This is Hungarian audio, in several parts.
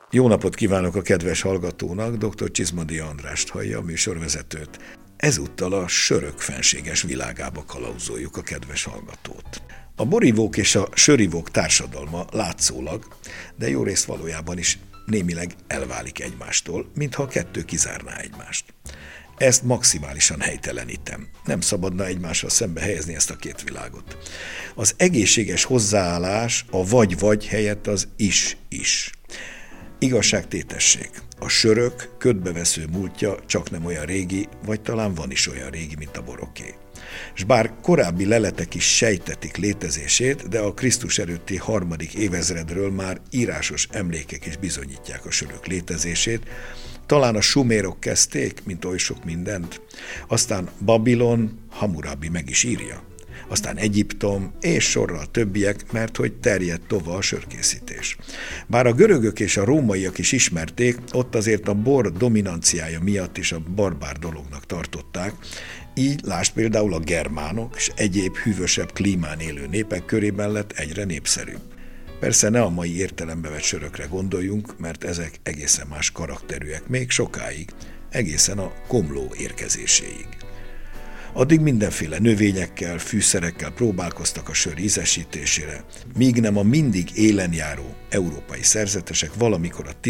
Jó napot kívánok a kedves hallgatónak, dr. Csizmadi Andrást hallja, a műsorvezetőt. Ezúttal a sörök fenséges világába kalauzoljuk a kedves hallgatót. A borivók és a sörivók társadalma látszólag, de jó részt valójában is némileg elválik egymástól, mintha a kettő kizárná egymást. Ezt maximálisan helytelenítem. Nem szabadna egymással szembe helyezni ezt a két világot. Az egészséges hozzáállás a vagy-vagy helyett az is-is. Igazságtétesség. A sörök ködbevesző múltja csak nem olyan régi, vagy talán van is olyan régi, mint a boroké. S bár korábbi leletek is sejtetik létezését, de a Krisztus előtti 3. évezredről már írásos emlékek is bizonyítják a sörök létezését. Talán a sumérok kezdték, mint oly sok mindent, aztán Babilon, Hammurabi meg is írja. Aztán Egyiptom, és sorral többiek, mert hogy terjedt tova a sörkészítés. Bár a görögök és a rómaiak is ismerték, ott azért a bor dominanciája miatt is a barbár dolognak tartották, így lásd például a germánok és egyéb hűvösebb klímán élő népek körében lett egyre népszerűbb. Persze ne a mai értelembe vett sörökre gondoljunk, mert ezek egészen más karakterűek még sokáig, egészen a komló érkezéséig. Addig mindenféle növényekkel, fűszerekkel próbálkoztak a sör ízesítésére, míg nem a mindig élen járó európai szerzetesek valamikor a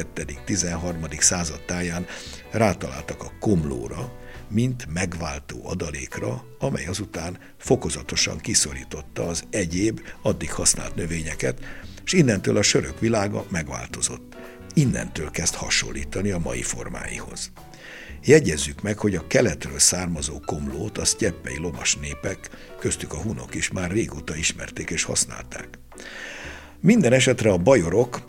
12.-13. század táján rátaláltak a komlóra, mint megváltó adalékra, amely azután fokozatosan kiszorította az egyéb, addig használt növényeket, és innentől a sörök világa megváltozott. Innentől kezd hasonlítani a mai formáihoz. Jegyezzük meg, hogy a keletről származó komlót a sztyeppei lovas népek, köztük a hunok is már régóta ismerték és használták. Minden esetre a bajorok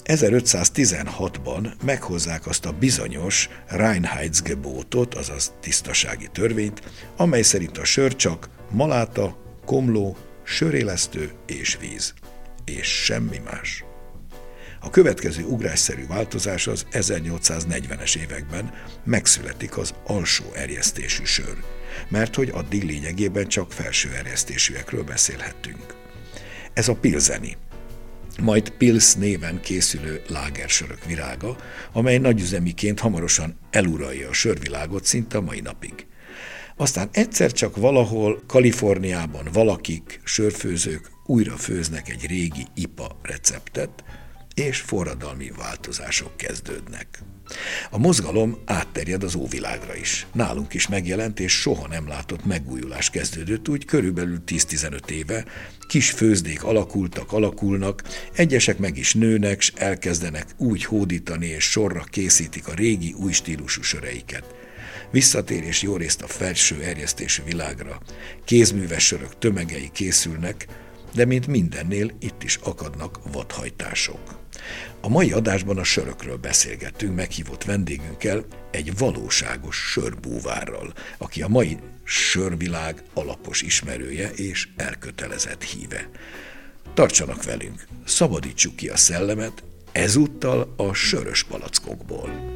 1516-ban meghozzák azt a bizonyos Reinheitsgebotot, azaz tisztasági törvényt, amely szerint a sör csak maláta, komló, sörélesztő és víz. És semmi más. A következő ugrásszerű változás az 1840-es években megszületik az alsó erjesztésű sör, mert hogy addig lényegében csak felső erjesztésűekről beszélhetünk. Ez a pilzeni, majd Pils néven készülő lágersörök virága, amely nagyüzemiként hamarosan eluralja a sörvilágot szinte a mai napig. Aztán egyszer csak valahol Kaliforniában valakik, sörfőzők újra főznek egy régi IPA receptet, és forradalmi változások kezdődnek. A mozgalom átterjed az óvilágra is. Nálunk is megjelent, és soha nem látott megújulás kezdődött, úgy körülbelül 10-15 éve. Kis főzdék alakulnak, egyesek meg is nőnek, s elkezdenek úgy hódítani, és sorra készítik a régi új stílusú söreiket. Visszatérés jó részt a felső erjesztésű világra. Kézműves sörök tömegei készülnek, de mint mindennél itt is akadnak vadhajtások. A mai adásban a sörökről beszélgettünk meghívott vendégünkkel, egy valóságos sörbúvárral, aki a mai sörvilág alapos ismerője és elkötelezett híve. Tartsanak velünk, szabadítsuk ki a szellemet, ezúttal a sörös palackokból.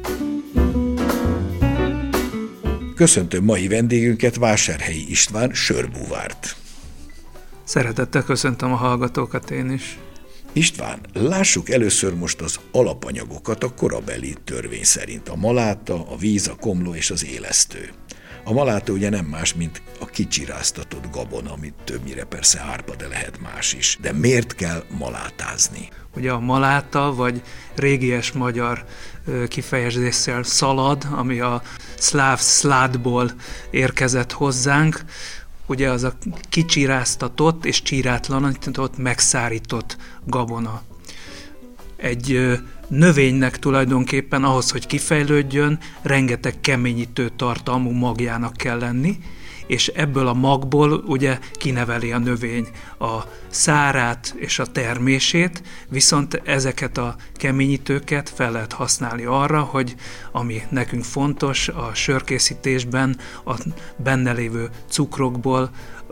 Köszöntöm mai vendégünket, Vásárhelyi István sörbúvárt. Szeretettel köszöntöm a hallgatókat én is. István, lássuk először most az alapanyagokat a korabeli törvény szerint. A maláta, a víz, a komló és az élesztő. A maláta ugye nem más, mint a kicsiráztatott gabona, amit többnyire persze árpa, de lehet más is. De miért kell malátázni? Ugye a maláta, vagy régies magyar kifejezéssel szalad, ami a szláv szládból érkezett hozzánk, ugye az a kicsiráztatott és csirátlanított, megszárított gabona. Egy növénynek tulajdonképpen ahhoz, hogy kifejlődjön, rengeteg keményítő tartalmú magjának kell lenni, és ebből a magból ugye kineveli a növény a szárát és a termését, viszont ezeket a keményítőket fel lehet használni arra, hogy ami nekünk fontos a sörkészítésben, a benne lévő cukrokból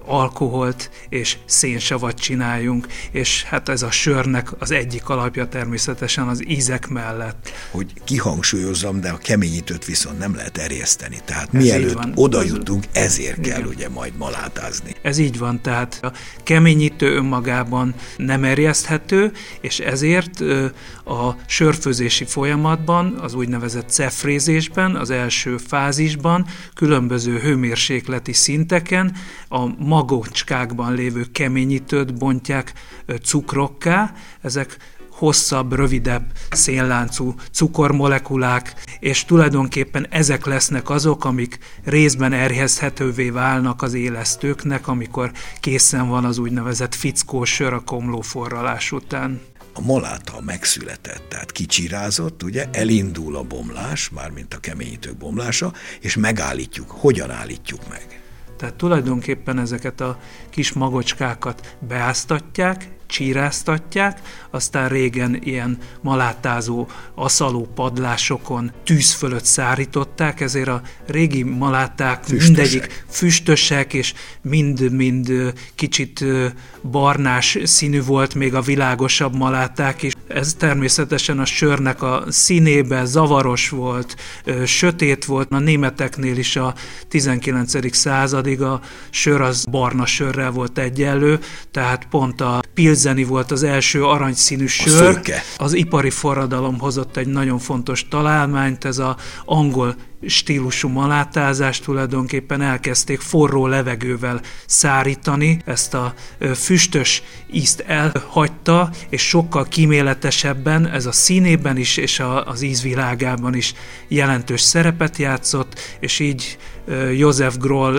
alkoholt és szénsavat csináljunk, és hát ez a sörnek az egyik alapja természetesen az ízek mellett. Hogy kihangsúlyozzam, de a keményítőt viszont nem lehet erjeszteni, tehát mielőtt oda jutunk, ezért kell ugye majd malátázni. Ez így van, tehát a keményítő önmagában nem erjeszthető, és ezért a sörfőzési folyamatban, az úgynevezett cefrézésben, az első fázisban különböző hőmérsékleti szinteken a magocskákban lévő keményítőt bontják cukrokká, ezek hosszabb, rövidebb szénláncú cukormolekulák, és tulajdonképpen ezek lesznek azok, amik részben erjeszthetővé válnak az élesztőknek, amikor készen van az úgynevezett fickós sör a komlóforralás után. A maláta megszületett, tehát kicsirázott, ugye elindul a bomlás, mármint a keményítők bomlása, és megállítjuk. Hogyan állítjuk meg? Tehát tulajdonképpen ezeket a kis magocskákat beáztatják, csíráztatják, aztán régen ilyen malátázó aszaló padlásokon tűz fölött szárították, ezért a régi maláták mindegyik füstösek, és mind-mind kicsit barnás színű volt, még a világosabb maláták is. Ez természetesen a sörnek a színében zavaros volt, sötét volt. A németeknél is a 19. századig a sör az barna sörrel volt egyenlő, tehát pont a pilzeni volt az első aranyszínű sör. Az ipari forradalom hozott egy nagyon fontos találmányt, ez az angol stílusú malátázást, tulajdonképpen elkezdték forró levegővel szárítani, ezt a füstös ízt elhagyta, és sokkal kíméletesebben ez a színében is, és az ízvilágában is jelentős szerepet játszott, és így Josef Groll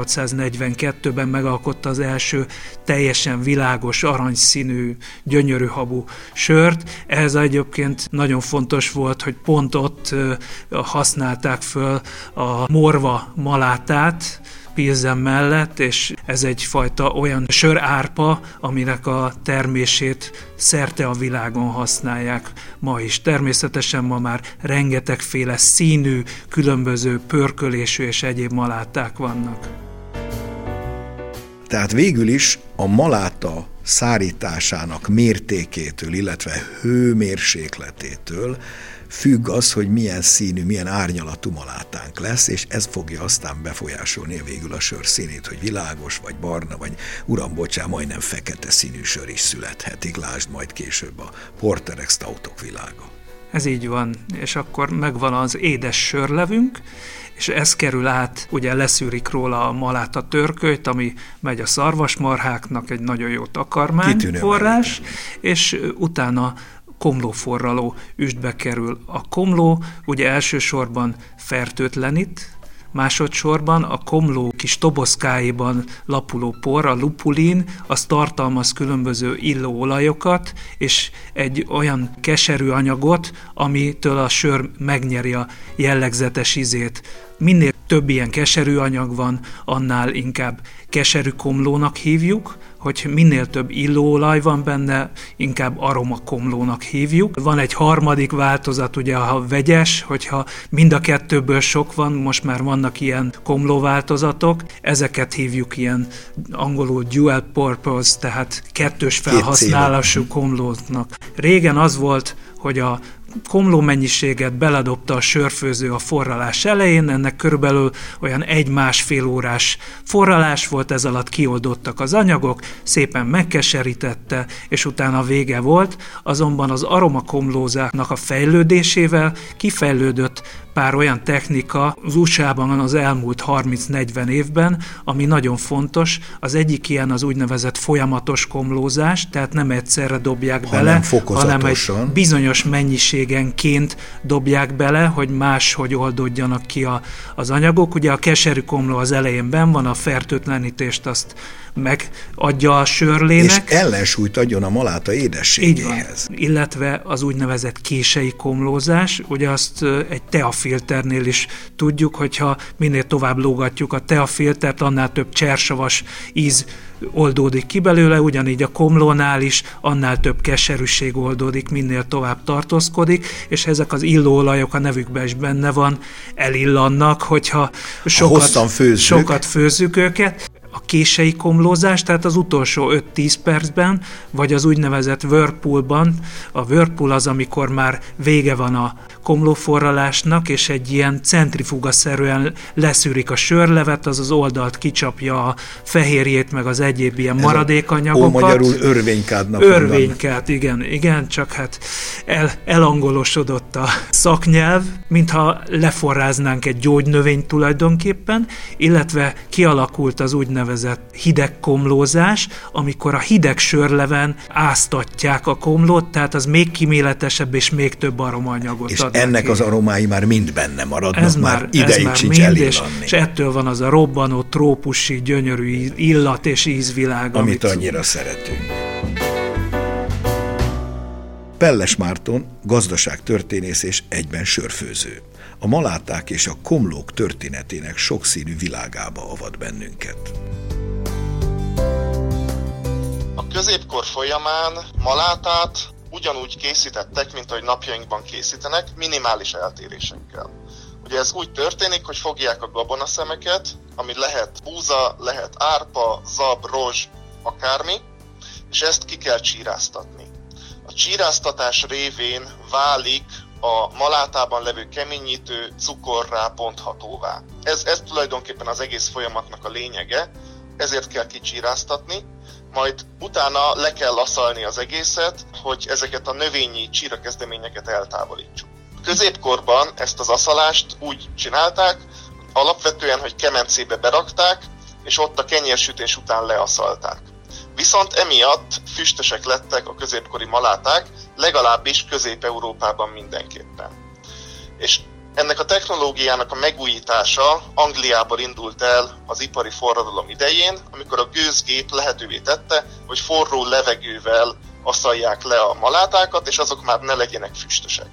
1842-ben megalkotta az első teljesen világos, aranyszínű, gyönyörű habú sört. Ehhez egyébként nagyon fontos volt, hogy pont ott használták föl a morva malátát Pilsen mellett, és ez egyfajta olyan sörárpa, aminek a termését szerte a világon használják ma is. Természetesen ma már rengetegféle színű, különböző pörkölésű és egyéb maláták vannak. Tehát végül is a maláta szárításának mértékétől, illetve hőmérsékletétől függ az, hogy milyen színű, milyen árnyalatú malátánk lesz, és ez fogja aztán befolyásolni végül a sör színét, hogy világos, vagy barna, vagy uram, bocsán, majdnem fekete színű sör is születhetik, lásd majd később a porterek, stoutok világa. Ez így van, és akkor megvan az édes sörlevünk, és ez kerül át, ugye leszűrik róla a maláta törkölyt, ami megy a szarvasmarháknak, egy nagyon jó takarmányforrás, és utána komlóforraló üstbe kerül. A komló ugye elsősorban fertőtlenít, másodszorban a komló kis tobozkáiban lapuló por, a lupulin, az tartalmaz különböző illóolajokat, és egy olyan keserű anyagot, amitől a sör megnyeri a jellegzetes ízét. Minél több ilyen keserű anyag van, annál inkább keserű komlónak hívjuk, hogy minél több illóolaj van benne, inkább aromakomlónak hívjuk. Van egy harmadik változat, ugye a vegyes, hogyha mind a kettőből sok van, most már vannak ilyen komlóváltozatok, ezeket hívjuk ilyen angolul dual purpose, tehát kettős felhasználású komlóknak. Régen az volt, hogy a komló mennyiséget beledobta a sörfőző a forralás elején, ennek körülbelül olyan 1-1,5 órás forralás volt, ez alatt kioldottak az anyagok, szépen megkeserítette, és utána vége volt, azonban az aromakomlózáknak a fejlődésével kifejlődött pár olyan technika az USA-ban az elmúlt 30-40 évben, ami nagyon fontos. Az egyik ilyen az úgynevezett folyamatos komlózás, tehát nem egyszerre dobják bele, hanem egy bizonyos mennyiségenként dobják bele, hogy máshogy oldódjanak ki az anyagok. Ugye a keserű komló az elején benn van, a fertőtlenítést azt megadja a sörlének. És ellensúlyt adjon a maláta édességéhez. Illetve az úgynevezett kései komlózás, ugye azt egy teafilternél is tudjuk, hogyha minél tovább lógatjuk a teafiltert, annál több csersavas íz oldódik ki belőle, ugyanígy a komlónál is annál több keserűség oldódik, minél tovább tartózkodik, és ezek az illóolajok, a nevükben is benne van, elillannak, hogyha sokat főzzük őket. a kései komlózás, tehát az utolsó 5-10 percben, vagy az úgynevezett whirlpoolban. A whirlpool az, amikor már vége van a komlóforralásnak, és egy ilyen centrifugaszerűen leszűrik a sörlevet, az oldalt kicsapja a fehérjét, meg az egyéb ilyen maradékanyagokat. Magyarul örvénykádnak. Örvénykád, igen, csak hát elangolosodott a szaknyelv, mintha leforráznánk egy gyógynövényt tulajdonképpen, illetve kialakult az úgynevezett hideg komlózás, amikor a hideg sörleven áztatják a komlót, tehát az még kíméletesebb és még több aromaanyagot ad. Ennek az aromái már mind benne maradnak, ez már ideig sincs elillanni. És ettől van az a robbanó, trópusi, gyönyörű illat és ízvilág, amit annyira szeretünk. Pelles Márton gazdaságtörténész és egyben sörfőző. A maláták és a komlók történetének sokszínű világába avat bennünket. A középkor folyamán malátát ugyanúgy készítettek, mint ahogy napjainkban készítenek, minimális eltérésekkel. Ugye ez úgy történik, hogy fogják a gabonaszemeket, ami lehet búza, lehet árpa, zab, rozs, akármi, és ezt ki kell csíráztatni. A csíráztatás révén válik a malátában levő keményítő cukorrá bonthatóvá. Ez tulajdonképpen az egész folyamatnak a lényege, ezért kell kicsíráztatni, majd utána le kell laszalni az egészet, hogy ezeket a növényi csírakezdeményeket eltávolítsuk. Középkorban ezt az aszalást úgy csinálták, alapvetően, hogy kemencébe berakták, és ott a kenyérsütés után leaszalták. Viszont emiatt füstösek lettek a középkori maláták, legalábbis Közép-Európában mindenképpen. És ennek a technológiának a megújítása Angliából indult el az ipari forradalom idején, amikor a gőzgép lehetővé tette, hogy forró levegővel aszalják le a malátákat, és azok már ne legyenek füstösek.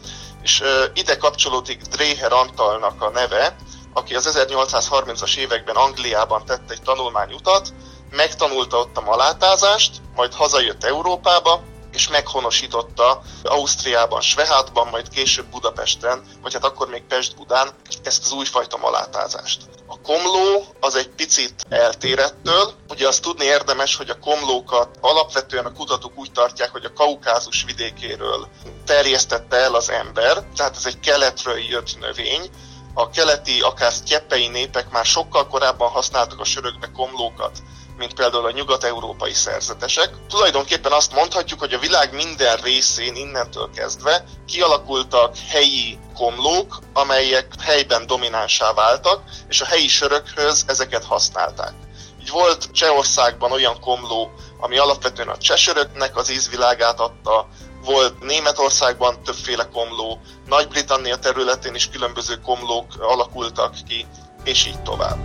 És ide kapcsolódik Dreher Antalnak a neve, aki az 1830-as években Angliában tett egy tanulmányutat, megtanulta ott a malátázást, majd hazajött Európába, és meghonosította Ausztriában, Svehátban, majd később Budapesten, vagy hát akkor még Pest-Budán ezt az újfajta malátázást. A komló az egy picit eltér ettől. Ugye azt tudni érdemes, hogy a komlókat alapvetően a kutatók úgy tartják, hogy a Kaukázus vidékéről terjesztette el az ember, tehát ez egy keletről jött növény. A keleti, akár sztyeppei népek már sokkal korábban használtak a sörökbe komlókat, mint például a nyugat-európai szerzetesek. Tulajdonképpen azt mondhatjuk, hogy a világ minden részén innentől kezdve kialakultak helyi komlók, amelyek helyben dominánsá váltak, és a helyi sörökhöz ezeket használták. Így volt Csehországban olyan komló, ami alapvetően a cseh söröknek az ízvilágát adta, volt Németországban többféle komló, Nagy-Britannia területén is különböző komlók alakultak ki, és így tovább.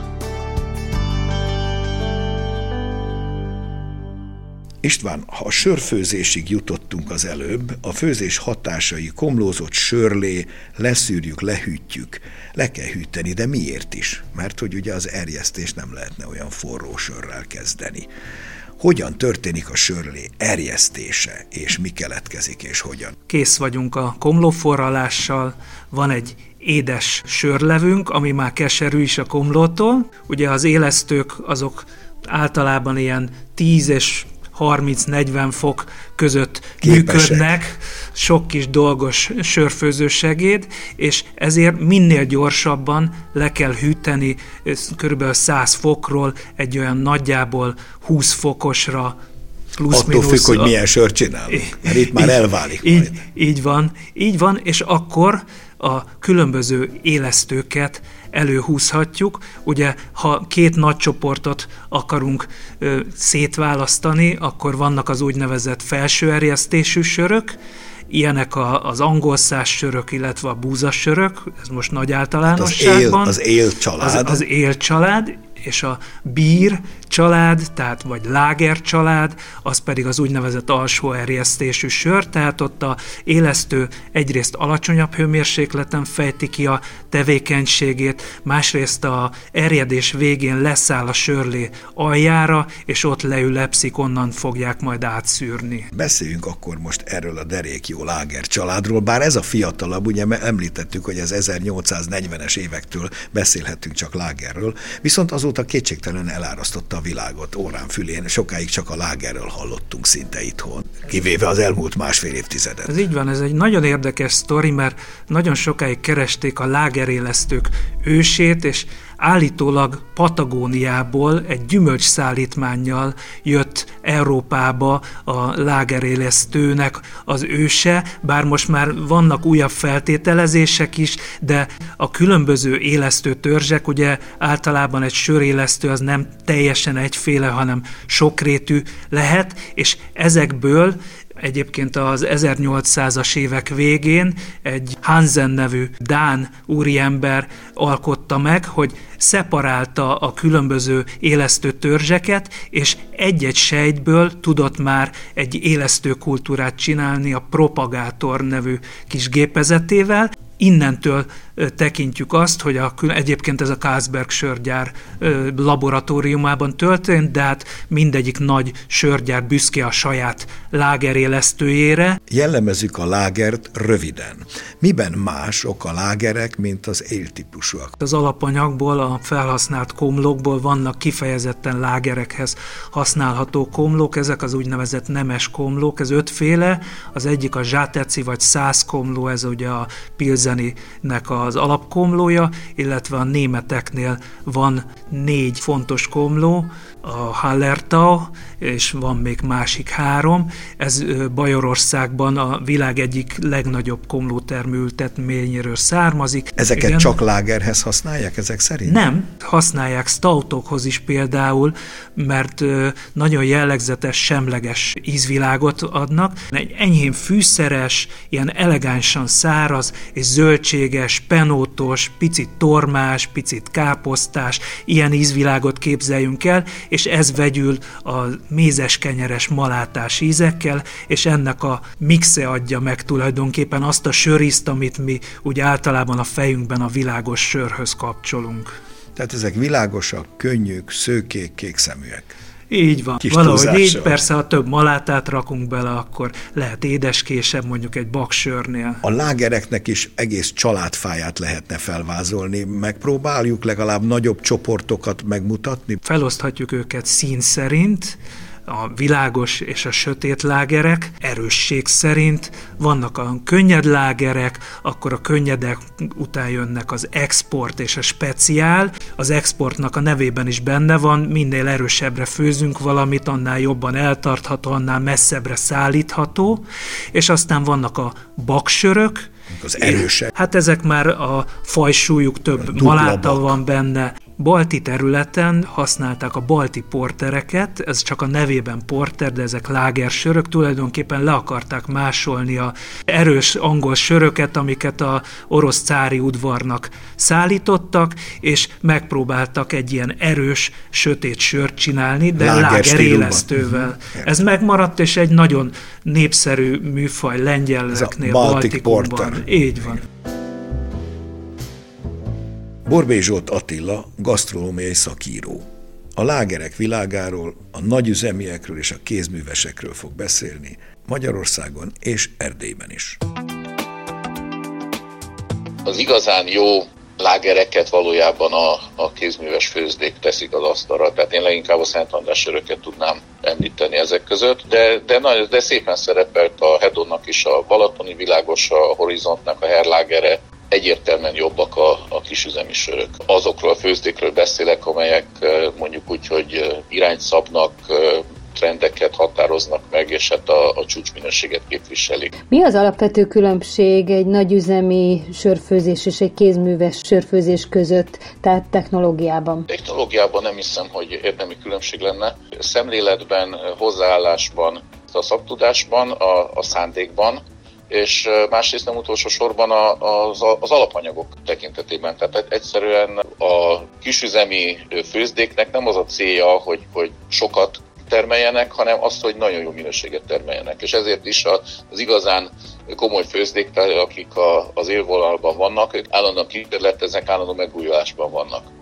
István, ha a sörfőzésig jutottunk az előbb, a főzés hatásai komlózott sörlé, leszűrjük, lehűtjük. Le kell hűteni, de miért is? Mert hogy ugye az erjesztés nem lehetne olyan forró sörrel kezdeni. Hogyan történik a sörlé erjesztése, és mi keletkezik, és hogyan? Kész vagyunk a komlóforralással, van egy édes sörlevünk, ami már keserű is a komlótól. Ugye az élesztők azok általában ilyen 10 és 30-40 fok között működnek, sok kis dolgos sörfőzősegéd, és ezért minél gyorsabban le kell hűteni kb. 100 fokról egy olyan nagyjából 20 fokosra Attól függ, hogy milyen sört csinálunk, mert itt már elválik majd. Így van, és akkor a különböző élesztőket előhúzhatjuk. Ugye, ha két nagy csoportot akarunk szétválasztani, akkor vannak az úgynevezett felső erjesztésű sörök, ilyenek az angol száz sörök, illetve a búzas sörök, ez most nagy általánosságban. Az él család. Az él család, és a bír család, tehát vagy láger család, az pedig az úgynevezett alsó erjesztésű sör, tehát ott a élesztő egyrészt alacsonyabb hőmérsékleten fejti ki a tevékenységét, másrészt a erjedés végén leszáll a sörlé aljára, és ott leülepszik, onnan fogják majd átszűrni. Beszéljünk akkor most erről a derék jó láger családról, bár ez a fiatalabb, ugye említettük, hogy az 1840-es évektől beszélhetünk csak lágerről, viszont azóta azóta kétségtelenül elárasztotta a világot órán fülén, sokáig csak a lágerről hallottunk szinte itthon, kivéve az elmúlt másfél évtizedet. Ez így van, ez egy nagyon érdekes sztori, mert nagyon sokáig keresték a lágerélesztők ősét, és állítólag Patagóniából egy gyümölcsszállítmánnyal jött Európába a lágerélesztőnek az őse, bár most már vannak újabb feltételezések is, de a különböző élesztő törzsek, ugye általában egy sörélesztő az nem teljesen egyféle, hanem sokrétű lehet, és ezekből egyébként az 1800-as évek végén egy Hansen nevű dán úriember alkotta meg, hogy szeparálta a különböző élesztő törzseket, és egy-egy sejtből tudott már egy élesztő kultúrát csinálni a Propagátor nevű kis gépezetével. Innentől tekintjük azt, hogy egyébként ez a Carlsberg sörgyár laboratóriumában történt, de hát mindegyik nagy sörgyár büszke a saját lágerélesztőjére. Jellemezzük a lágert röviden. Miben mások a lágerek, mint az ale-típusúak? Az alapanyagból, a felhasznált komlókból vannak kifejezetten lágerekhez használható komlók, ezek az úgynevezett nemes komlók, ez 5 féle, az egyik a zsáteci vagy szász komló, ez ugye a pilzeninek az alapkomlója, illetve a németeknél van 4 fontos komló, a Hallertau, és van még másik 3. Ez Bajorországban a világ egyik legnagyobb komlótermő ültetvényéről származik. Ezeket igen. Csak lágerhez használják ezek szerint? Nem, használják stoutokhoz is például, mert nagyon jellegzetes, semleges ízvilágot adnak. Egy enyhén fűszeres, ilyen elegánsan száraz és zöldséges, penótos, picit tormás, picit káposztás, ilyen ízvilágot képzeljünk el, és ez vegyül a mézes-kenyeres malátás ízekkel, és ennek a mixe adja meg tulajdonképpen azt a sörízt, amit mi úgy általában a fejünkben a világos sörhöz kapcsolunk. Tehát ezek világosak, könnyűk, szőkék, kékszeműek. Így van. Kis valahogy így, persze, ha több malátát rakunk bele, akkor lehet édeskésebb, mondjuk egy baksörnél. A lágereknek is egész családfáját lehetne felvázolni. Megpróbáljuk legalább nagyobb csoportokat megmutatni? Feloszthatjuk őket szín szerint, a világos és a sötét lágerek, erősség szerint, vannak a könnyed lágerek, akkor a könnyedek után jönnek az export és a speciál. Az exportnak a nevében is benne van, minél erősebbre főzünk valamit, annál jobban eltartható, annál messzebbre szállítható, és aztán vannak a baksörök, az erősek. Hát ezek már a fajsúlyuk több maláta van benne. Balti területen használták a balti portereket, ez csak a nevében porter, de ezek lágersörök, tulajdonképpen le akarták másolni a erős angol söröket, amiket a orosz cári udvarnak szállítottak, és megpróbáltak egy ilyen erős, sötét sört csinálni, de lágerélesztővel. Ez megmaradt, és egy nagyon népszerű műfaj lengyeleknél, Baltikumban. Így van. Borbély Zsolt Attila, gasztronómiai szakíró. A lágerek világáról, a nagyüzemiekről és a kézművesekről fog beszélni Magyarországon és Erdélyben is. Az igazán jó lágereket valójában a kézműves főzdék teszik az asztalra, tehát én leginkább a Szent András söröket tudnám említeni ezek között, de szépen szerepelt a Hedonnak is a balatoni világos, a Horizontnak a herlágere, egyértelműen jobbak a kisüzemi sörök. Azokról a főzdékről beszélek, amelyek mondjuk úgy, hogy irányt szabnak, trendeket határoznak meg, és hát a csúcsminőséget képviselik. Mi az alapvető különbség egy nagyüzemi sörfőzés és egy kézműves sörfőzés között, tehát technológiában? Technológiában nem hiszem, hogy érdemi különbség lenne. Szemléletben, hozzáállásban, a szaktudásban, a szándékban, és másrészt nem utolsó sorban az alapanyagok tekintetében. Tehát egyszerűen a kisüzemi főzdéknek nem az a célja, hogy sokat termeljenek, hanem azt, hogy nagyon jó minőséget termeljenek. És ezért is az igazán komoly főzdék, akik az élvonalban vannak, ők állandóan kísérleteznek, állandó megújulásban vannak.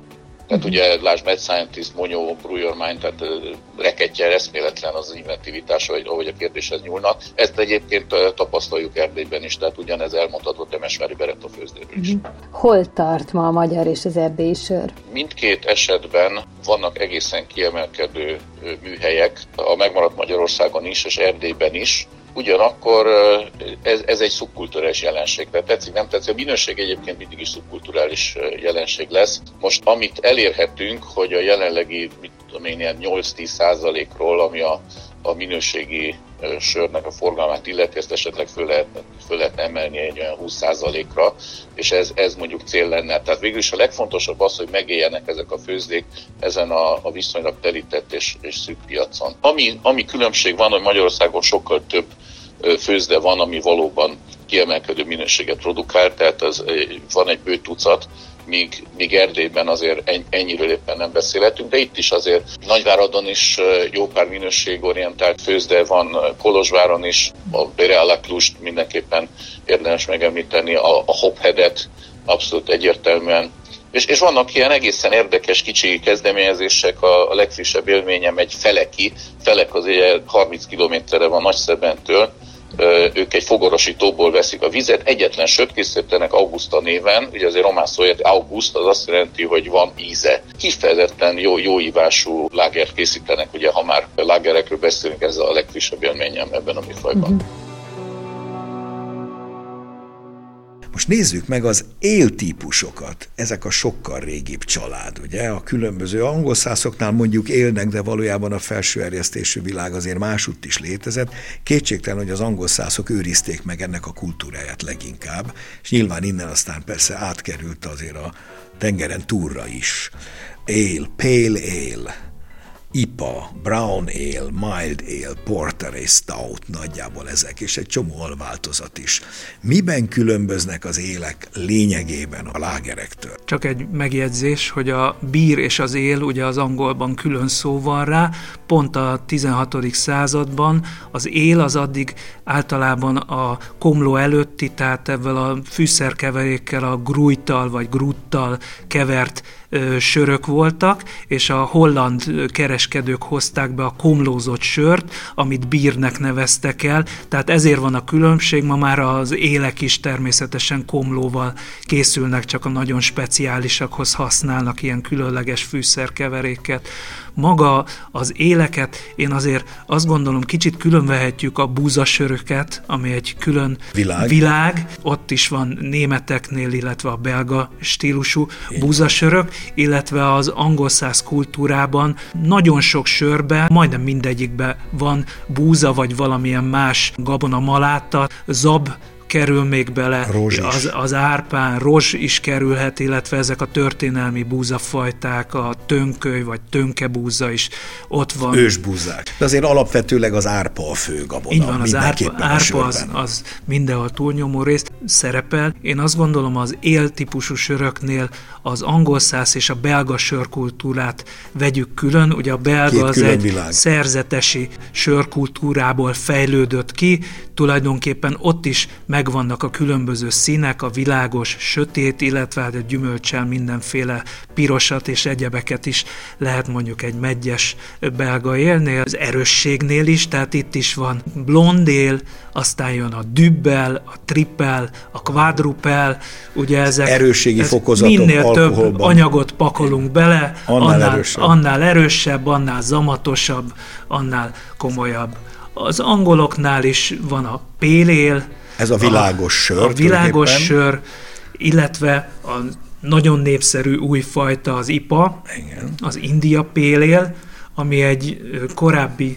Tehát ugye lásd Mad Scientist, Monyó, Brew Your Mind, tehát reketje eszméletlen az inventivitás, ahogy a kérdéshez nyúlnak. Ezt egyébként tapasztaljuk Erdélyben is, tehát ugyanez elmondható Temesvári Beretta főzdéről is. Hol tart ma a magyar és az erdélyi sör? Mindkét esetben vannak egészen kiemelkedő műhelyek, a megmaradt Magyarországon is, és Erdélyben is. Ugyanakkor ez egy szubkulturális jelenség, tehát tetszik, nem tetszik. A minőség egyébként mindig is szubkulturális jelenség lesz. Most amit elérhetünk, hogy a jelenlegi, 8-10%-ról, ami a minőségi sörnek a forgalmát illeti, ezt esetleg föl lehetne emelni egy olyan 20%-ra, és ez mondjuk cél lenne. Tehát végül is a legfontosabb az, hogy megéljenek ezek a főzdék ezen a viszonylag telített és szűk piacon. Ami különbség van, hogy Magyarországon sokkal több főzde van, ami valóban kiemelkedő minőséget produkál, tehát van egy bő tucat, míg Erdélyben azért ennyiről éppen nem beszélhetünk, de itt is azért Nagyváradon is jó pár minőségorientált főzde van, Kolozsváron is, a Berealaklust mindenképpen érdemes megemlíteni, a Hopheadet abszolút egyértelműen. És vannak ilyen egészen érdekes kicsi kezdeményezések, a legfrissebb élményem egy Felek az ugye 30 kilométerre van Nagyszebentől, ők egy fogorosítóból veszik a vizet, egyetlen sört készítenek Augusta néven, ugye azért román szó, August, az azt jelenti, hogy van íze. Kifejezetten jó ívású lágert készítenek, ugye ha már lágerekről beszélünk, ez a legfrissebb élményem ebben a műfajban. Most nézzük meg az éltípusokat. Ezek a sokkal régibb család, ugye? A különböző angol szászoknál mondjuk élnek, de valójában a felső erjesztésű világ azért másutt is létezett. Kétségtelen, hogy az angol szászok őrizték meg ennek a kultúráját leginkább, és nyilván innen aztán persze átkerült azért a tengeren túlra is. Ale, pale ale, IPA, brown ale, mild ale, porter és stout, nagyjából ezek, és egy csomó alváltozat is. Miben különböznek az élek lényegében a lágerektől? Csak egy megjegyzés, hogy a beer és az ale, ugye az angolban külön szó van rá, pont a 16. században az ale az addig általában a komló előtti, tehát ebben a fűszerkeverékkel, a grújttal vagy gruttal kevert sörök voltak, és a holland kereskedők hozták be a komlózott sört, amit bírnek neveztek el, tehát ezért van a különbség, ma már az élek is természetesen komlóval készülnek, csak a nagyon speciálisakhoz használnak ilyen különleges fűszerkeveréket. Maga az éleket, én azért azt gondolom, kicsit különvehetjük a búzasöröket, ami egy külön világ. Ott is van németeknél, illetve a belga stílusú búzasörök, illetve az angolszász kultúrában nagyon sok sörben, majdnem mindegyikben van búza vagy valamilyen más gabonamaláttal, zab kerül még bele, az árpán, rozs is kerülhet, illetve ezek a történelmi búzafajták, a tönköly vagy tönkebúza is ott van. Ősbúzák. De azért alapvetőleg az árpa a fő gabona. Így van, az árpa az mindenhol túlnyomó részt szerepel. Én azt gondolom, az éltípusú söröknél az angolszász és a belga sörkultúrát vegyük külön. Ugye a belga az egy szerzetesi sörkultúrából fejlődött ki, tulajdonképpen ott is megvannak a különböző színek, a világos, sötét, illetve a gyümölccsel mindenféle pirosat és egyebeket is lehet mondjuk egy meggyes belga élnél, az erősségnél is, tehát itt is van blond él, aztán jön a dübbel, a trippel, a quadrupel, ugye ezek erősségi fokozatok, minél több anyagot pakolunk bele, annál erősebb, annál zamatosabb, annál komolyabb. Az angoloknál is van a pale ale, ez a világos sör. A világos sör, illetve a nagyon népszerű új fajta az IPA, igen. Az India Pale Ale, ami egy korábbi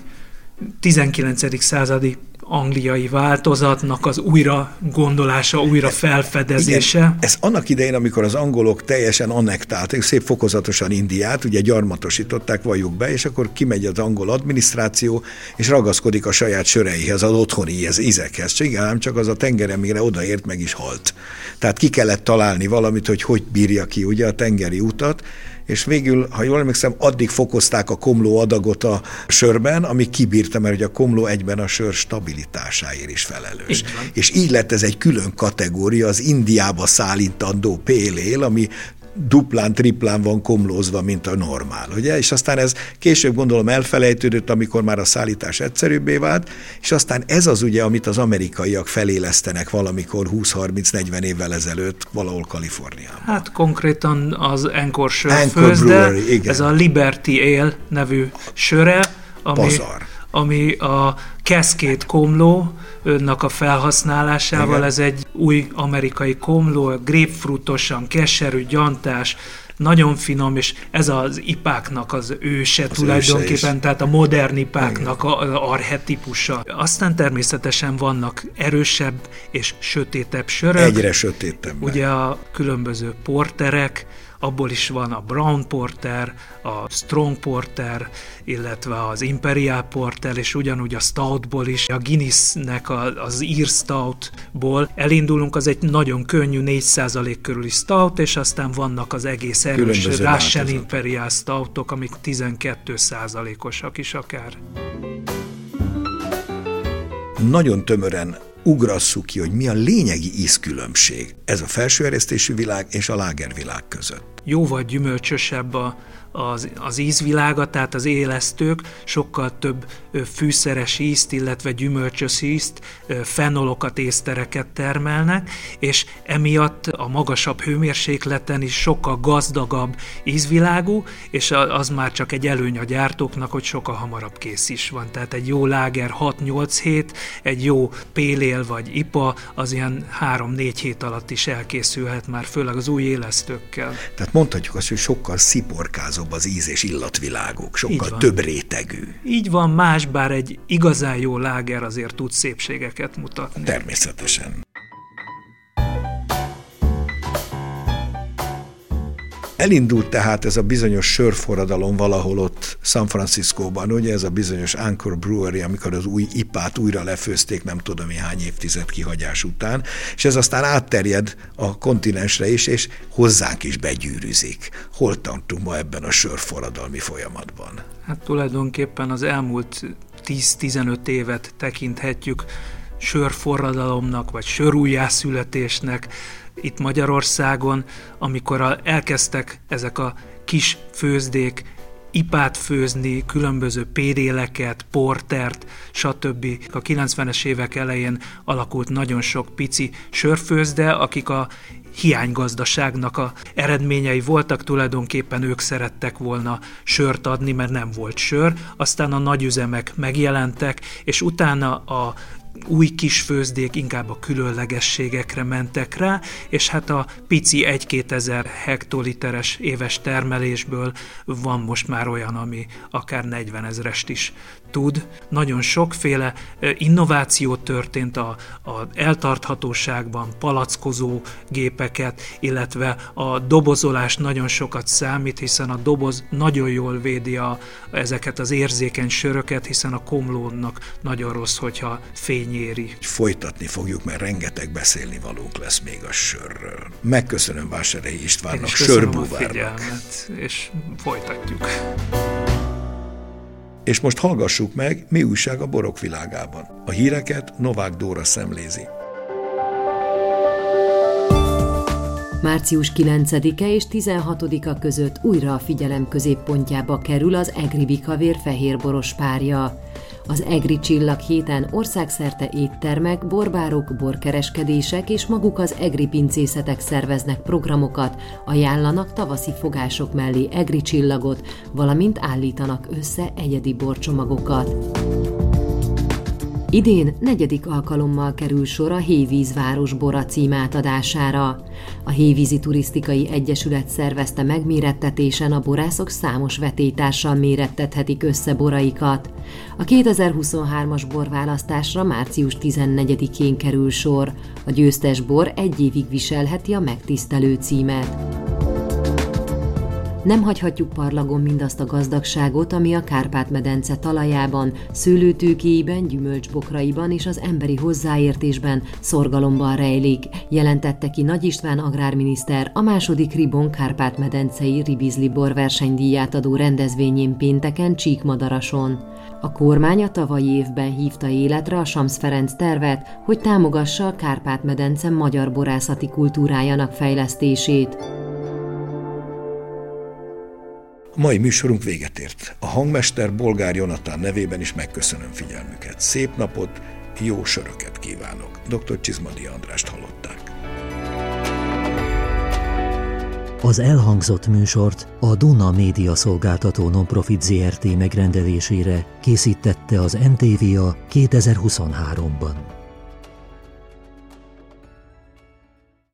19. századi angliai változatnak az újra gondolása, újra felfedezése. Igen, ez annak idején, amikor az angolok teljesen annektálták, szép fokozatosan Indiát, ugye gyarmatosították, valljuk be, és akkor kimegy az angol adminisztráció, és ragaszkodik a saját söreihez, az otthoni ízekhez. Nem csak az a tengeren, mire odaért, meg is halt. Tehát ki kellett találni valamit, hogy bírja ki ugye a tengeri utat, és végül, ha jól emlékszem, addig fokozták a komló adagot a sörben, amíg kibírta, mert ugye a komló egyben a sör stabilitásáért is felelős. És így lett ez egy külön kategória, az Indiába szállítandó pale ale, ami duplán, triplán van komlózva, mint a normál, ugye? És aztán ez később gondolom elfelejtődött, amikor már a szállítás egyszerűbbé vált, és aztán ez az ugye, amit az amerikaiak felélesztenek valamikor 20-30-40 évvel ezelőtt valahol Kaliforniában. Hát konkrétan az Anchor sörfőzde, ez a Liberty Ale nevű söre, ami a Cascade komlónak a felhasználásával, igen. Ez egy új amerikai komló, grapefruitosan, keserű, gyantás, nagyon finom, és ez az ipáknak az őse tulajdonképpen, tehát a modern ipáknak az archetipusa. Aztán természetesen vannak erősebb és sötétebb sörök. Egyre sötétebb. Ugye a különböző porterek, abból is van a Brown Porter, a Strong Porter, illetve az Imperial Porter, és ugyanúgy a Stoutból is, a Guinnessnek az ír Stoutból elindulunk, az egy nagyon könnyű 4% körüli Stout, és aztán vannak az egész erős Russian Imperial Stoutok, amik 12%-osak is akár. Nagyon tömören ugrasszuk ki, hogy mi a lényegi ízkülönbség ez a felsőerjesztésű világ és a lágervilág között. Jóval gyümölcsösebb az ízvilága, tehát az élesztők sokkal több fűszeres ízt, illetve gyümölcsös ízt, fenolokat, észtereket termelnek, és emiatt a magasabb hőmérsékleten is sokkal gazdagabb ízvilágú, és az már csak egy előny a gyártóknak, hogy sokkal hamarabb kész is van. Tehát egy jó láger 6-8 hét, egy jó pale ale vagy IPA az ilyen 3-4 hét alatt is elkészülhet már, főleg az új élesztőkkel. Tehát mondhatjuk azt, hogy sokkal sziporkázóbb az íz- és illatviláguk, sokkal több rétegű. Így van, más, bár egy igazán jó láger azért tud szépségeket mutatni. Természetesen. Elindult tehát ez a bizonyos sörforradalom valahol ott San Franciscóban, ugye ez a bizonyos Anchor Brewery, amikor az új ipát újra lefőzték, nem tudom hány évtized kihagyás után, és ez aztán átterjed a kontinensre is, és hozzánk is begyűrűzik. Hol tartunk ma ebben a sörforradalmi folyamatban? Hát tulajdonképpen az elmúlt 10-15 évet tekinthetjük sörforradalomnak, vagy sörújjászületésnek, itt Magyarországon, amikor elkezdtek ezek a kis főzdék ipát főzni, különböző pédéleket, portert, stb. A 90-es évek elején alakult nagyon sok pici sörfőzde, akik a hiánygazdaságnak a eredményei voltak, tulajdonképpen ők szerettek volna sört adni, mert nem volt sör, aztán a nagyüzemek megjelentek, és utána a új kis főzdék inkább a különlegességekre mentek rá, és hát a pici 1-2 ezer hektoliteres éves termelésből van most már olyan, ami akár 40 ezrest is tud. Nagyon sokféle innováció történt a eltarthatóságban, palackozó gépeket, illetve a dobozolás nagyon sokat számít, hiszen a doboz nagyon jól védi ezeket az érzékeny söröket, hiszen a komlónak nagyon rossz, hogyha fény éri. Folytatni fogjuk, mert rengeteg beszélni valónk lesz még a sörről. Megköszönöm Vásárhelyi Istvánnak, sörbúvárnak. És folytatjuk. És most hallgassuk meg, mi újság a borok világában. A híreket Novák Dóra szemlézi. Március 9-e és 16-a között újra a figyelem középpontjába kerül az Egri Bikavér fehérboros párja. Az Egri Csillag héten országszerte éttermek, borbárok, borkereskedések és maguk az egri pincészetek szerveznek programokat, ajánlanak tavaszi fogások mellé egri csillagot, valamint állítanak össze egyedi borcsomagokat. Idén 4. alkalommal kerül sor a Hévízváros bora cím átadására. A Hévízi Turisztikai Egyesület szervezte megmérettetésen a borászok számos vetélytársal mérettethetik össze boraikat. A 2023-as borválasztásra március 14-én kerül sor. A győztes bor 1 évig viselheti a megtisztelő címet. Nem hagyhatjuk parlagon mindazt a gazdagságot, ami a Kárpát-medence talajában, szőlőtőkéiben, gyümölcsbokraiban és az emberi hozzáértésben, szorgalomban rejlik, jelentette ki Nagy István agrárminiszter a második Ribon Kárpát-medencei Ribizli borversenydíját adó rendezvényén pénteken Csíkmadarason. A kormány a tavalyi évben hívta életre a Samsz Ferenc tervet, hogy támogassa a Kárpát-medence magyar borászati kultúrájának fejlesztését. A mai műsorunk véget ért. A hangmester Bolgár Jonatán nevében is megköszönöm figyelmüket. Szép napot, jó söröket kívánok. Dr. Csizmadia Andrást hallották. Az elhangzott műsort a Duna Média Szolgáltató Nonprofit Zrt. Megrendelésére készítette az NTVA 2023-ban.